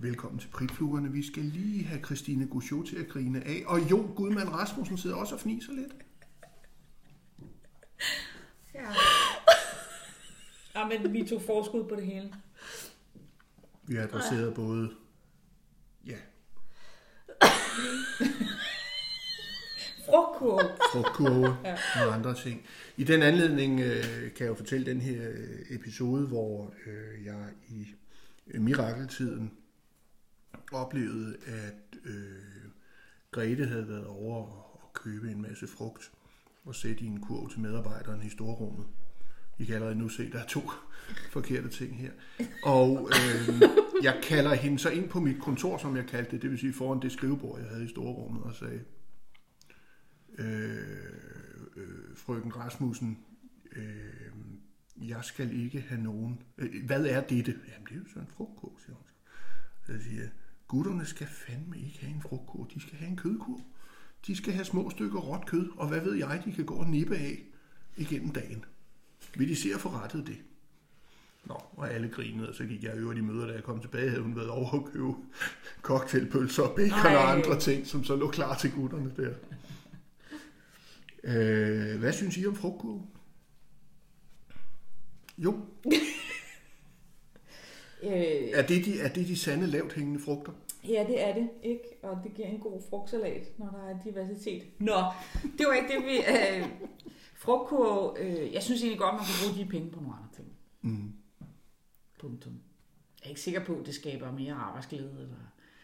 Velkommen til Pritflugerne. Vi skal lige have Christine Gouchot til at grine af. Og Jo Gudmand Rasmussen sidder også og fniser lidt. Ja, men vi tog forskud på det hele. Vi har adresseret både... Ja. Frugtkurve og andre ting. I den anledning kan jeg jo fortælle den her episode, hvor jeg i mirakeltiden oplevede, at Grete havde været over og købe en masse frugt og sætte i en kurv til medarbejderne i storrummet. I kan allerede nu se, at der er 2 forkerte ting her. Og jeg kalder hende så ind på mit kontor, som jeg kaldte det vil sige foran det skrivebord, jeg havde i storrummet, og sagde, frøken Rasmussen, jeg skal ikke have nogen... hvad er dette? Jamen, det er jo sådan en frugtkurv, siger hun. Så jeg siger, gutterne skal fandme ikke have en frugtkurv, de skal have en kødkurv. De skal have små stykker råt kød, og hvad ved jeg, de kan gå og nippe af igennem dagen. Vil de se at få rettet det? Nå, og alle grinede, og så gik jeg øvrigt i møder, da jeg kom tilbage, havde hun været over at købe cocktailpølser og bacon og andre ting, som så lå klar til gutterne der. Hvad synes I om frugtkurven? Jo. Er det de sande lavt hængende frugter? Ja, det er det, ikke? Og det giver en god frugtsalat, når der er diversitet. Nå, det var ikke det, vi... Frugtkurv, jeg synes egentlig godt, man kan bruge de penge på nogle andre ting. Mm. Punktum. Jeg er ikke sikker på, at det skaber mere arbejdsglæde eller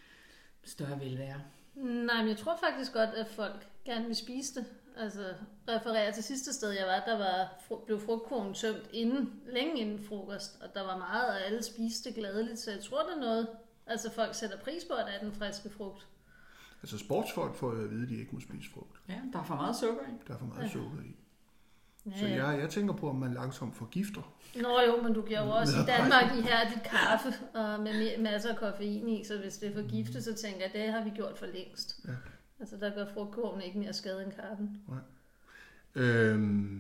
større velvære. Nej, men jeg tror faktisk godt, at folk gerne vil spise det. Altså, refererer til sidste sted, jeg var, blev frugtkurven tømt længe inden frokost, og der var meget, og alle spiste gladeligt, så jeg tror, det er noget. Altså, folk sætter pris på, at der er den friske frugt. Altså, sportsfolk får jo at vide, at de ikke må spise frugt. Ja, der er for meget sukker i. Der er for meget sukker i. Så jeg tænker på, om man langsomt forgifter. Nå jo, men du giver jo også i Danmark ihærdigt kaffe og med masser af koffein i, så hvis det er forgiftet, så tænker jeg, det har vi gjort for længst. Ja. Altså der gør frugtkurven ikke mere skade end kaffen. Nej.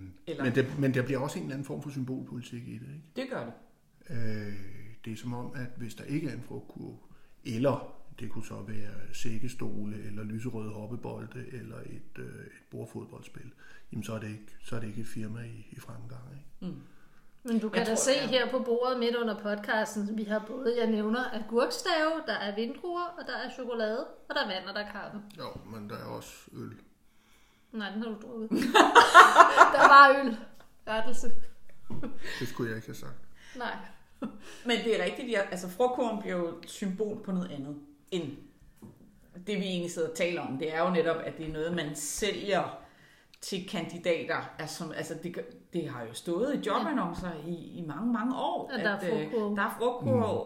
Men der bliver også en eller anden form for symbolpolitik i det, ikke? Det gør det. Det er som om, at hvis der ikke er en frugtkurve, eller det kunne så være sækkestole, eller lyserøde hoppebolde, eller et bordfodboldspil, jamen så er det ikke et firma i fremgang, ikke? Mm. Men du kan da se her på bordet midt under podcasten, vi har både, jeg nævner, agurkstave, der er vindruer, og der er chokolade, og der er vand, og der er kaffe. Jo, men der er også øl. Nej, den har du drukket. Der var øl. Rettelse. Det skulle jeg ikke have sagt. Nej. Men det er rigtigt, altså frugtkurven bliver jo et symbol på noget andet end det, vi egentlig sidder og taler om. Det er jo netop, at det er noget, man sælger til kandidater. Altså det har jo stået i jobannoncer i mange, mange år. Ja, der er frugtkurv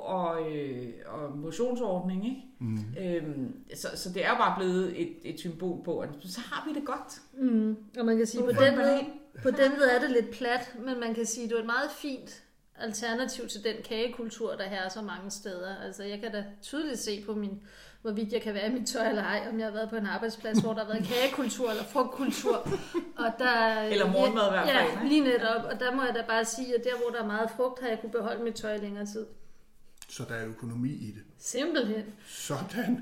og motionsordning, ikke? Mm. Så det er jo bare blevet et symbol på, at så har vi det godt. Mm. Og man kan sige, på den ved er det lidt plat, men man kan sige, at det er et meget fint alternativ til den kagekultur, der her så mange steder. Altså jeg kan da tydeligt se på hvorvidt jeg kan være i mit tøj eller ej, om jeg har været på en arbejdsplads, hvor der har været kagekultur eller frugtkultur. Og der, eller morgenmad i hvert fald. Ja, lige netop. Og der må jeg da bare sige, at der hvor der er meget frugt, har jeg kunne beholde mit tøj længere tid. Så der er økonomi i det? Simpelthen. Sådan.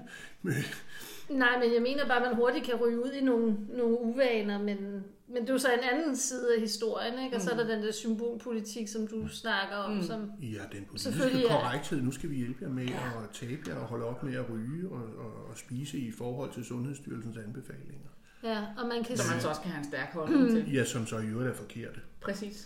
Nej, men jeg mener bare, at man hurtigt kan ryge ud i nogle uvaner, men det er jo så en anden side af historien, ikke? Og så er der den der symbolpolitik, som du snakker om. Som ja, den politiske korrekthed. Nu skal vi hjælpe jer med at tabe jer og holde op med at ryge og spise i forhold til Sundhedsstyrelsens anbefalinger. Ja, og man kan man så også kan have en stærk holdning til. Ja, som så i øvrigt er forkerte. Præcis.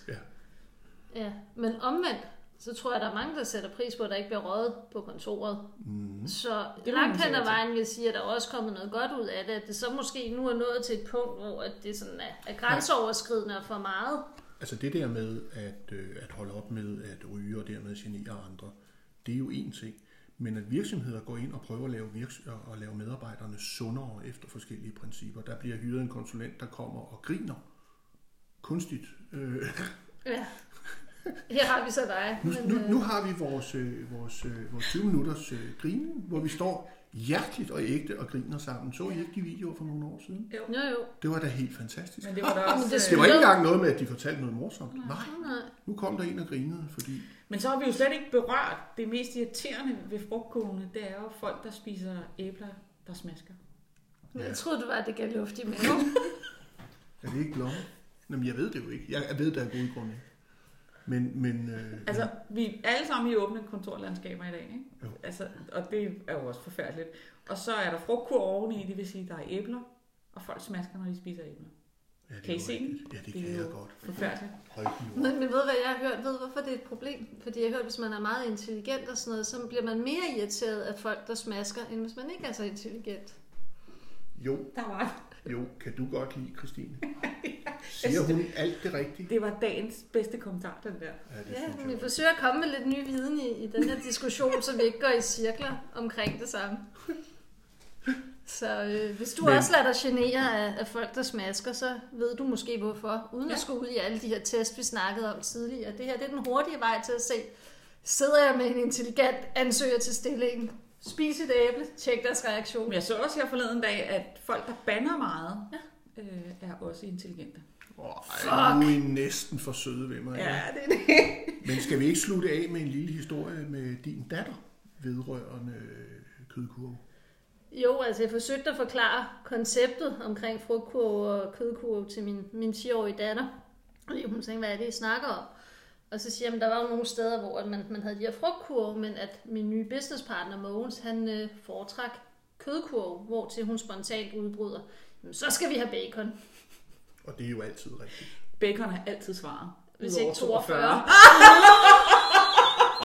Ja, men omvendt, så tror jeg, der er mange, der sætter pris på, at der ikke bliver røget på kontoret. Mm. Så langt hen ad vejen vil jeg sige, at der er også kommet noget godt ud af det, at det så måske nu er nået til et punkt, hvor det sådan er grænseoverskridende og for meget. Altså det der med at holde op med at ryge og dermed genere andre, det er jo en ting. Men at virksomheder går ind og prøver at lave medarbejderne sundere efter forskellige principper. Der bliver hyret en konsulent, der kommer og griner kunstigt. Ja. Her har vi så dig. Nu har vi vores 20 minutters grinen, hvor vi står hjerteligt og ægte og griner sammen. Så I ikke de videoer for nogle år siden? Jo. Det var da helt fantastisk. Men det var da også... Det var ikke engang noget med, at de fortalte noget morsomt. Nej. Nu kom der en og grinede, fordi... Men så har vi jo slet ikke berørt det mest irriterende ved frugtkogene. Det er jo folk, der spiser æbler, der smasker. Jeg troede, det var, at det gav luft i maven. Er det ikke lov? Jamen, jeg ved det jo ikke. Jeg ved, der er gode grunde. Men altså, vi er alle sammen i åbne kontorlandskaber i dag, ikke? Jo. Altså, og det er jo også forfærdeligt. Og så er der frugtkur oveni, det vil sige, at der er æbler, og folk smasker, når de spiser æbler. Ja, det kan I se den? Ja, det kan jeg godt. Forfærdeligt. Men ved hvad jeg har hørt? Ved hvorfor det er et problem? Fordi jeg har hørt, hvis man er meget intelligent og sådan noget, så bliver man mere irriteret af folk, der smasker, end hvis man ikke er så intelligent. Jo. Der var Jo, kan du godt lide Christine? Siger hun alt det rigtige? Det var dagens bedste kommentar, den der. Ja, vi forsøger at komme med lidt ny viden i den her diskussion, så vi ikke går i cirkler omkring det samme. Så hvis du også lader dig genere af folk, der smasker, så ved du måske hvorfor. Uden at skulle ud i alle de her tests, vi snakkede om tidligere. Det her det er den hurtige vej til at se, sidder jeg med en intelligent ansøger til stillingen? Spis et æble, tjek deres reaktion. Men jeg så også her forleden dag, at folk, der bander meget, er også intelligente. Nu er I næsten for søde ved mig. Ja, det er det. Men skal vi ikke slutte af med en lille historie med din datter vedrørende kødkurve? Jo, altså jeg forsøgte at forklare konceptet omkring frugtkurve og kødkurve til min 10-årige datter. Og hun tænkte, hvad er det, I snakker om? Og så siger jeg, at der var jo nogle steder, hvor man havde de her frugtkurve, men at min nye businesspartner Mogens, han foretræk kødkurve, hvor til hun spontant udbryder, så skal vi have bacon. Og det er jo altid rigtigt. Bacon har altid svaret. Hvis ikke 42.